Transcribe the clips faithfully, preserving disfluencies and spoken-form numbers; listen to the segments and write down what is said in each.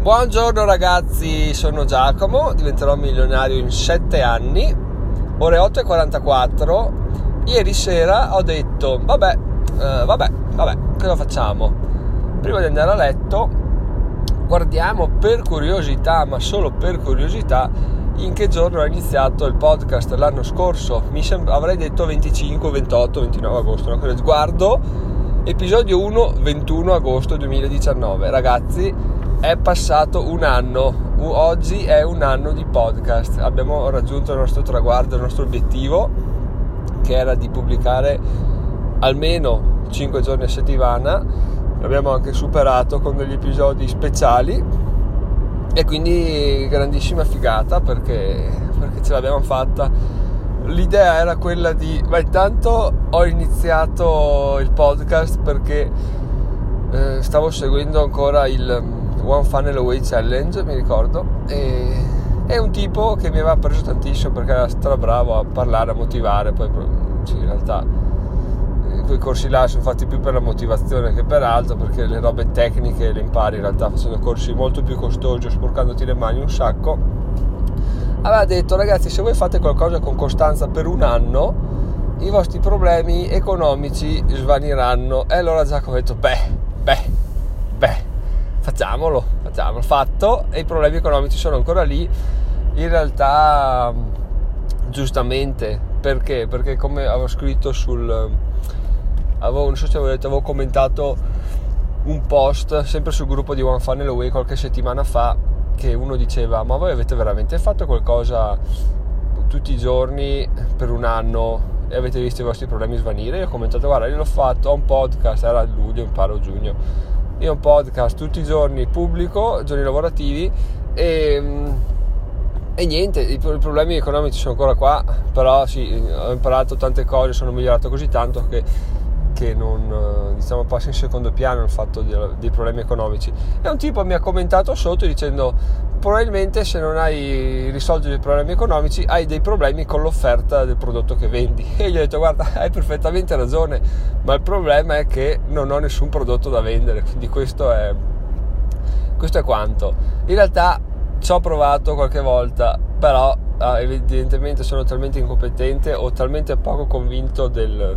Buongiorno ragazzi, sono Giacomo, diventerò milionario in sette anni, ore otto e quarantaquattro. Ieri sera ho detto, vabbè, eh, vabbè, vabbè, cosa facciamo? Prima di andare a letto, guardiamo per curiosità, ma solo per curiosità, in che giorno ho iniziato il podcast l'anno scorso. Mi sem- avrei detto venticinque, ventotto, ventinove agosto, no? Guardo, episodio uno, ventuno agosto duemiladiciannove. Ragazzi, è passato un anno, oggi è un anno di podcast, abbiamo raggiunto il nostro traguardo, il nostro obiettivo, che era di pubblicare almeno cinque giorni a settimana. L'abbiamo anche superato con degli episodi speciali e quindi grandissima figata perché, perché ce l'abbiamo fatta. L'idea era quella di, ma intanto ho iniziato il podcast perché eh, stavo seguendo ancora il One Funnel Away Challenge, mi ricordo, e è un tipo che mi aveva preso tantissimo perché era stra bravo a parlare, a motivare. Poi sì, in realtà quei corsi là sono fatti più per la motivazione che per altro, perché le robe tecniche le impari in realtà facendo corsi molto più costosi, sporcandoti le mani un sacco. Aveva detto, ragazzi, se voi fate qualcosa con costanza per un anno, i vostri problemi economici svaniranno. E allora Giacomo ha detto, beh, beh, beh facciamolo, facciamolo, fatto. E i problemi economici sono ancora lì, in realtà giustamente, perché? Perché come avevo scritto sul avevo, non so se avevo detto, avevo commentato un post sempre sul gruppo di One Funnel Away qualche settimana fa, che uno diceva, ma voi avete veramente fatto qualcosa tutti i giorni per un anno e avete visto i vostri problemi svanire? Io ho commentato, guarda, io l'ho fatto, ho un podcast, era luglio, imparo giugno, io ho un podcast tutti i giorni, pubblico, giorni lavorativi, e, e niente, i, i problemi economici sono ancora qua, però sì, ho imparato tante cose, sono migliorato così tanto che, che non, diciamo, passa in secondo piano il fatto dei, dei problemi economici. E un tipo mi ha commentato sotto dicendo, probabilmente se non hai risolto i problemi economici hai dei problemi con l'offerta del prodotto che vendi. E gli ho detto, guarda, hai perfettamente ragione, ma il problema è che non ho nessun prodotto da vendere, quindi questo è questo è quanto. In realtà ci ho provato qualche volta, però ah, evidentemente sono talmente incompetente o talmente poco convinto del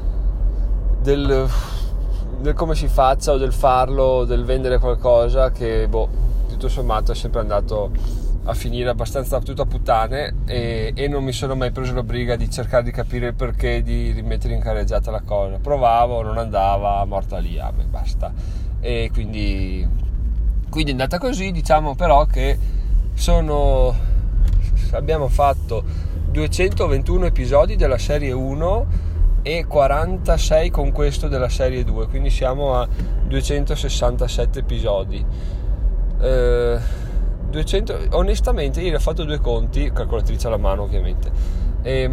del, del come si faccia o del farlo, del vendere qualcosa, che boh, tutto sommato è sempre andato a finire abbastanza tutto a puttane, e, e non mi sono mai preso la briga di cercare di capire il perché di rimettere in carreggiata la cosa. Provavo, non andava, morta lì, a me basta. E quindi quindi è andata così. Diciamo però che sono abbiamo fatto duecentoventuno episodi della serie uno e quarantasei con questo della serie due, quindi siamo a duecentosessantasette episodi. eh, duecento onestamente ieri ho fatto due conti, calcolatrice alla mano ovviamente, e,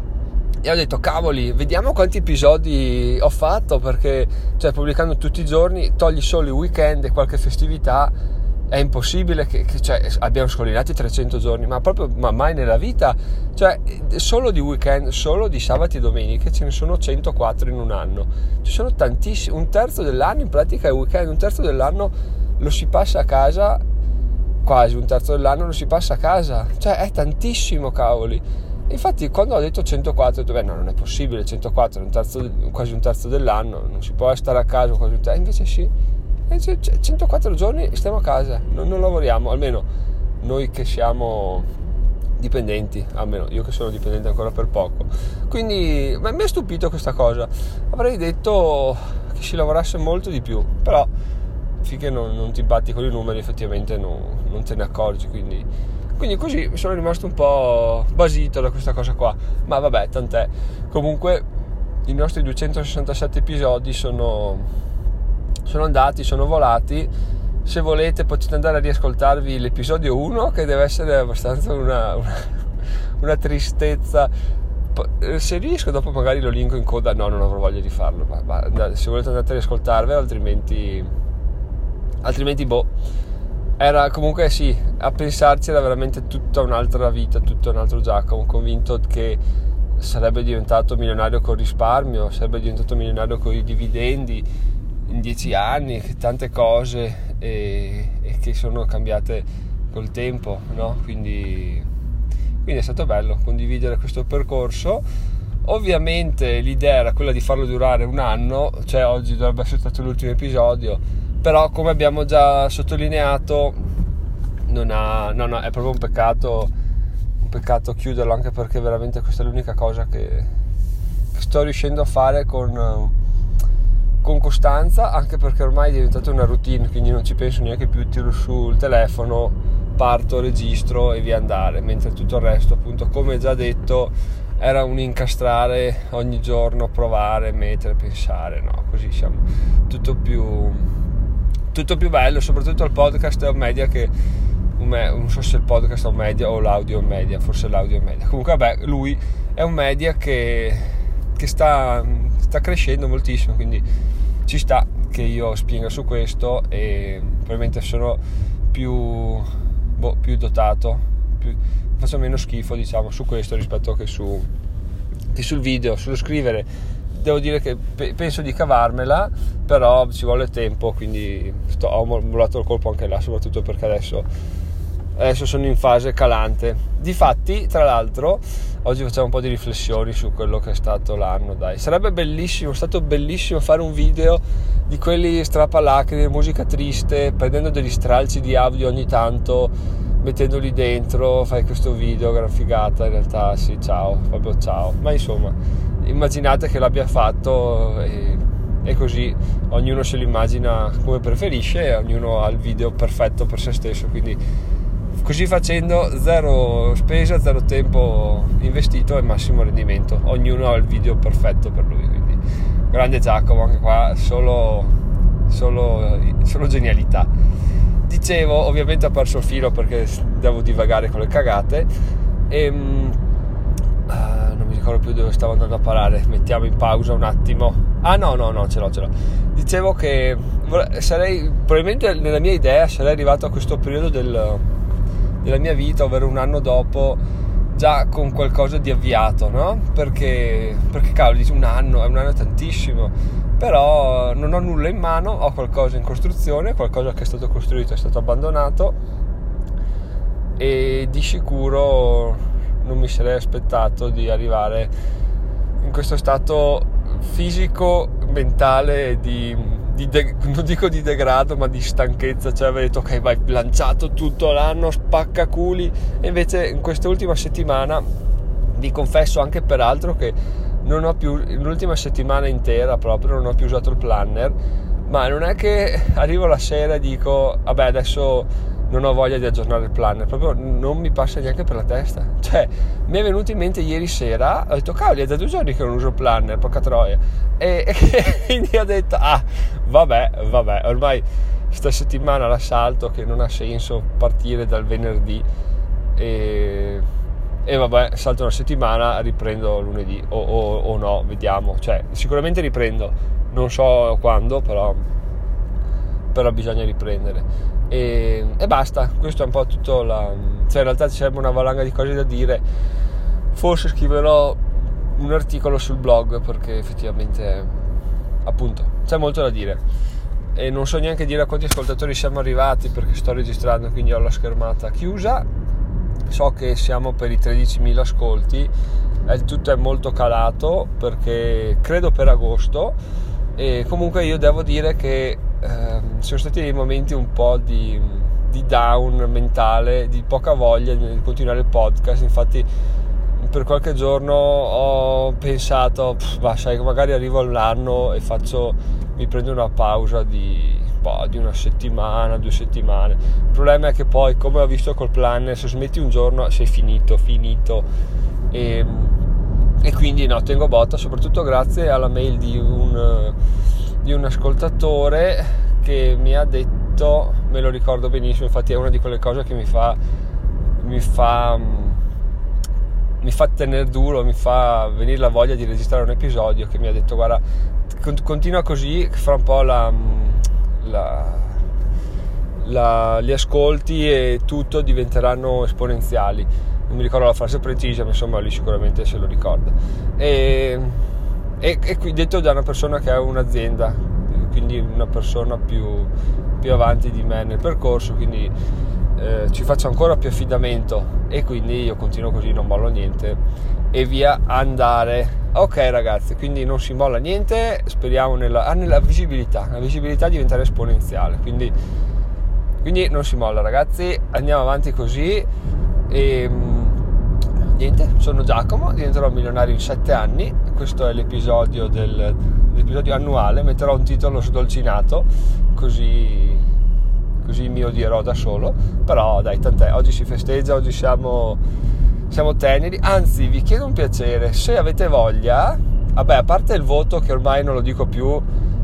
e ho detto, cavoli, vediamo quanti episodi ho fatto, perché cioè pubblicando tutti i giorni togli solo i weekend e qualche festività, è impossibile che, che cioè, abbiamo scollinato trecento giorni, ma proprio ma mai nella vita. Cioè solo di weekend, solo di sabati e domeniche ce ne sono centoquattro in un anno. Ci sono tantissimi, un terzo dell'anno in pratica è weekend, un terzo dell'anno lo si passa a casa, quasi un terzo dell'anno lo si passa a casa, cioè è tantissimo, cavoli. Infatti quando ho detto centoquattro ho detto, beh no, non è possibile, centoquattro è un terzo, quasi un terzo dell'anno, non si può stare a casa quasi un terzo, invece sì. centoquattro giorni stiamo a casa, non, non lavoriamo, almeno noi che siamo dipendenti, almeno io che sono dipendente ancora per poco. Quindi mi è stupito questa cosa, avrei detto che si lavorasse molto di più, però finché non, non ti batti con i numeri effettivamente non, non te ne accorgi, quindi, quindi così sono rimasto un po' basito da questa cosa qua, ma vabbè, tant'è. Comunque i nostri duecentosessantasette episodi sono sono andati, sono volati. Se volete potete andare a riascoltarvi l'episodio uno, che deve essere abbastanza una, una, una tristezza. Se riesco dopo magari lo linko in coda, no, non avrò voglia di farlo, ma, ma se volete andate a riascoltarvelo, altrimenti altrimenti boh, era comunque sì, a pensarci era veramente tutta un'altra vita, tutto un altro Giacomo, convinto che sarebbe diventato milionario col risparmio, sarebbe diventato milionario con i dividendi in dieci anni, tante cose, e, e che sono cambiate col tempo, no? Quindi, quindi è stato bello condividere questo percorso. Ovviamente l'idea era quella di farlo durare un anno, cioè oggi dovrebbe essere stato l'ultimo episodio, però come abbiamo già sottolineato non ha, no, no, è proprio un peccato, un peccato chiuderlo, anche perché veramente questa è l'unica cosa che, che sto riuscendo a fare con, con costanza, anche perché ormai è diventata una routine, quindi non ci penso neanche più, tiro su il telefono, parto, registro e via andare, mentre tutto il resto, appunto, come già detto, era un incastrare ogni giorno, provare, mettere, pensare, no, così siamo tutto più tutto più bello. Soprattutto il podcast è un media che non so se il podcast è un media o l'audio è un media, forse l'audio è un media, comunque vabbè, lui è un media che, che sta, sta crescendo moltissimo, quindi ci sta che io spinga su questo e probabilmente sono più, boh, più dotato, più, faccio meno schifo, diciamo, su questo rispetto che, su, che sul video. Sullo scrivere devo dire che pe- penso di cavarmela, però ci vuole tempo, quindi sto, ho mollato il colpo anche là, soprattutto perché adesso, adesso sono in fase calante. Difatti, tra l'altro, oggi facciamo un po' di riflessioni su quello che è stato l'anno, dai. Sarebbe bellissimo, è stato bellissimo fare un video di quelli strappalacrime, musica triste, prendendo degli stralci di audio ogni tanto, mettendoli dentro, fai questo video, gran figata. In realtà sì, ciao, proprio ciao, ma insomma, immaginate che l'abbia fatto e, e così ognuno se lo immagina come preferisce e ognuno ha il video perfetto per se stesso, quindi così facendo zero spesa, zero tempo investito e massimo rendimento, ognuno ha il video perfetto per lui, quindi grande Giacomo, anche qua solo, solo, solo genialità. Dicevo, ovviamente ho perso il filo perché devo divagare con le cagate e uh, non mi ricordo più dove stavo andando a parare. Mettiamo in pausa un attimo. Ah no no no ce l'ho ce l'ho dicevo che sarei probabilmente nella mia idea sarei arrivato a questo periodo del, della mia vita, ovvero un anno dopo, già con qualcosa di avviato, no? Perché perché cavolo, dici un anno, è un anno tantissimo, però non ho nulla in mano, ho qualcosa in costruzione, qualcosa che è stato costruito è stato abbandonato e di sicuro non mi sarei aspettato di arrivare in questo stato fisico, mentale, di, di de, non dico di degrado, ma di stanchezza, cioè aver detto ok, vai, lanciato tutto l'anno, spacca culi, e invece in quest'ultima settimana vi confesso anche peraltro che non ho più, l'ultima settimana intera proprio non ho più usato il planner, ma non è che arrivo la sera e dico vabbè adesso non ho voglia di aggiornare il planner, proprio non mi passa neanche per la testa. Cioè mi è venuto in mente ieri sera, ho detto cavoli, è da due giorni che non uso il planner, porca troia, e, e quindi ho detto ah vabbè vabbè ormai sta settimana la salto, che non ha senso partire dal venerdì e e vabbè, salto una settimana, riprendo lunedì o, o, o no, vediamo, cioè sicuramente riprendo, non so quando, però però bisogna riprendere e, e basta. Questo è un po' tutto la, cioè in realtà ci sarebbe una valanga di cose da dire, forse scriverò un articolo sul blog perché effettivamente appunto c'è molto da dire e non so neanche dire a quanti ascoltatori siamo arrivati perché sto registrando, quindi ho la schermata chiusa. So che siamo per i tredicimila ascolti, il tutto è molto calato perché credo per agosto, e comunque io devo dire che eh, sono stati dei momenti un po' di, di down mentale, di poca voglia di continuare il podcast. Infatti per qualche giorno ho pensato bah, sai, magari arrivo all'anno e faccio, mi prendo una pausa di di una settimana, due settimane. Il problema è che poi, come ho visto col planner, se smetti un giorno sei finito, finito e, e quindi no, tengo botta, soprattutto grazie alla mail di un, di un ascoltatore che mi ha detto, me lo ricordo benissimo, infatti è una di quelle cose che mi fa mi fa mi fa tenere duro, mi fa venire la voglia di registrare un episodio, che mi ha detto guarda, continua così, fra un po' la La, la, gli ascolti e tutto diventeranno esponenziali. Non mi ricordo la frase precisa, ma insomma lì sicuramente se lo ricorda. E, e, e qui detto da una persona che ha un'azienda, quindi una persona più, più avanti di me nel percorso, quindi eh, ci faccio ancora più affidamento e quindi io continuo così, non mollo niente e via andare. Ok ragazzi, quindi non si molla niente, speriamo nella, ah, nella visibilità, la visibilità diventare esponenziale, quindi, quindi non si molla ragazzi, andiamo avanti così e niente, sono Giacomo, diventerò milionario in sette anni, questo è l'episodio, del, l'episodio annuale, metterò un titolo sdolcinato, così, così mi odierò da solo, però dai tant'è, oggi si festeggia, oggi siamo... siamo teneri, anzi vi chiedo un piacere, se avete voglia, vabbè a parte il voto che ormai non lo dico più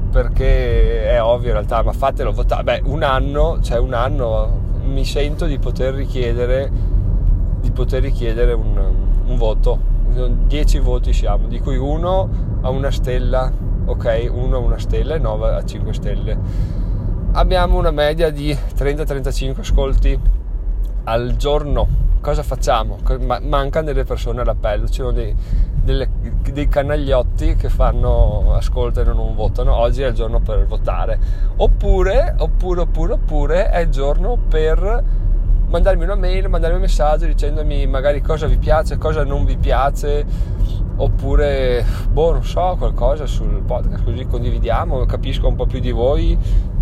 perché è ovvio in realtà, ma fatelo votare, beh un anno, cioè un anno mi sento di poter richiedere, di poter richiedere un, un voto, dieci voti siamo, di cui uno a una stella, ok, uno a una stella e nove a cinque stelle, abbiamo una media di trenta trentacinque ascolti al giorno. Cosa facciamo? Mancano delle persone all'appello, ci sono dei, delle, dei canagliotti che fanno ascolto e non votano. Oggi è il giorno per votare, oppure oppure oppure oppure è il giorno per mandarmi una mail, mandarmi un messaggio dicendomi magari cosa vi piace, cosa non vi piace, oppure boh non so, qualcosa sul podcast, così condividiamo, capisco un po' più di voi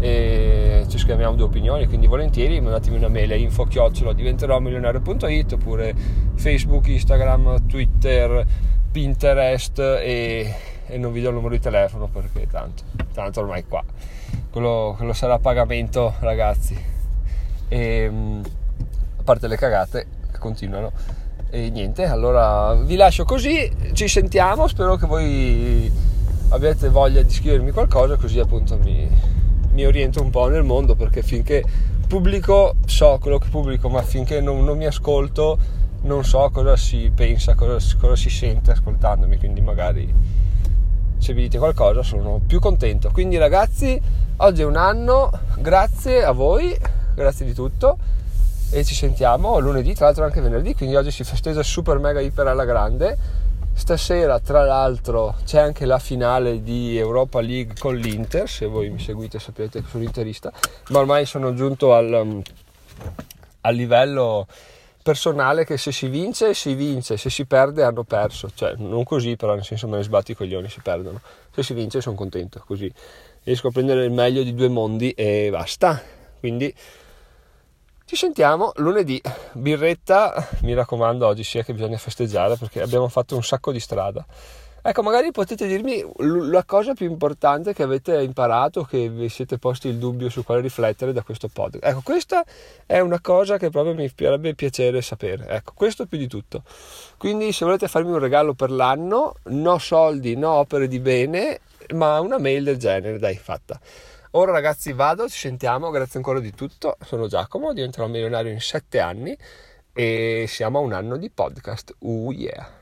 e ci scambiamo due opinioni, quindi volentieri mandatemi una mail a info chiocciola diventerò milionario punto it, oppure Facebook, Instagram, Twitter, Pinterest e, e non vi do il numero di telefono perché tanto, tanto ormai qua quello, quello sarà a pagamento ragazzi, e a parte le cagate che continuano. E niente, allora vi lascio così, ci sentiamo, spero che voi abbiate voglia di scrivermi qualcosa, così appunto mi, mi oriento un po' nel mondo, perché finché pubblico so quello che pubblico, ma finché non, non mi ascolto non so cosa si pensa, cosa, cosa si sente ascoltandomi, quindi magari se vi dite qualcosa sono più contento. Quindi ragazzi, oggi è un anno, grazie a voi, grazie di tutto, e ci sentiamo lunedì, tra l'altro anche venerdì, quindi oggi si festeggia super mega iper alla grande. Stasera tra l'altro c'è anche la finale di Europa League con l'Inter, se voi mi seguite sapete che sono interista, ma ormai sono giunto al, al livello personale che se si vince si vince, se si perde hanno perso, cioè non così però, nel senso me ne sbatto i coglioni, si perdono, se si vince sono contento, così riesco a prendere il meglio di due mondi e basta. Quindi ci sentiamo lunedì, birretta, mi raccomando oggi sia che bisogna festeggiare perché abbiamo fatto un sacco di strada. Ecco, magari potete dirmi la cosa più importante che avete imparato, che vi siete posti il dubbio su quale riflettere da questo podcast. Ecco, questa è una cosa che proprio mi farebbe piacere sapere, ecco, questo più di tutto. Quindi se volete farmi un regalo per l'anno, no soldi, no opere di bene, ma una mail del genere, dai, fatta. Ora ragazzi vado, ci sentiamo, grazie ancora di tutto, sono Giacomo, diventerò milionario in sette anni e siamo a un anno di podcast, uh yeah!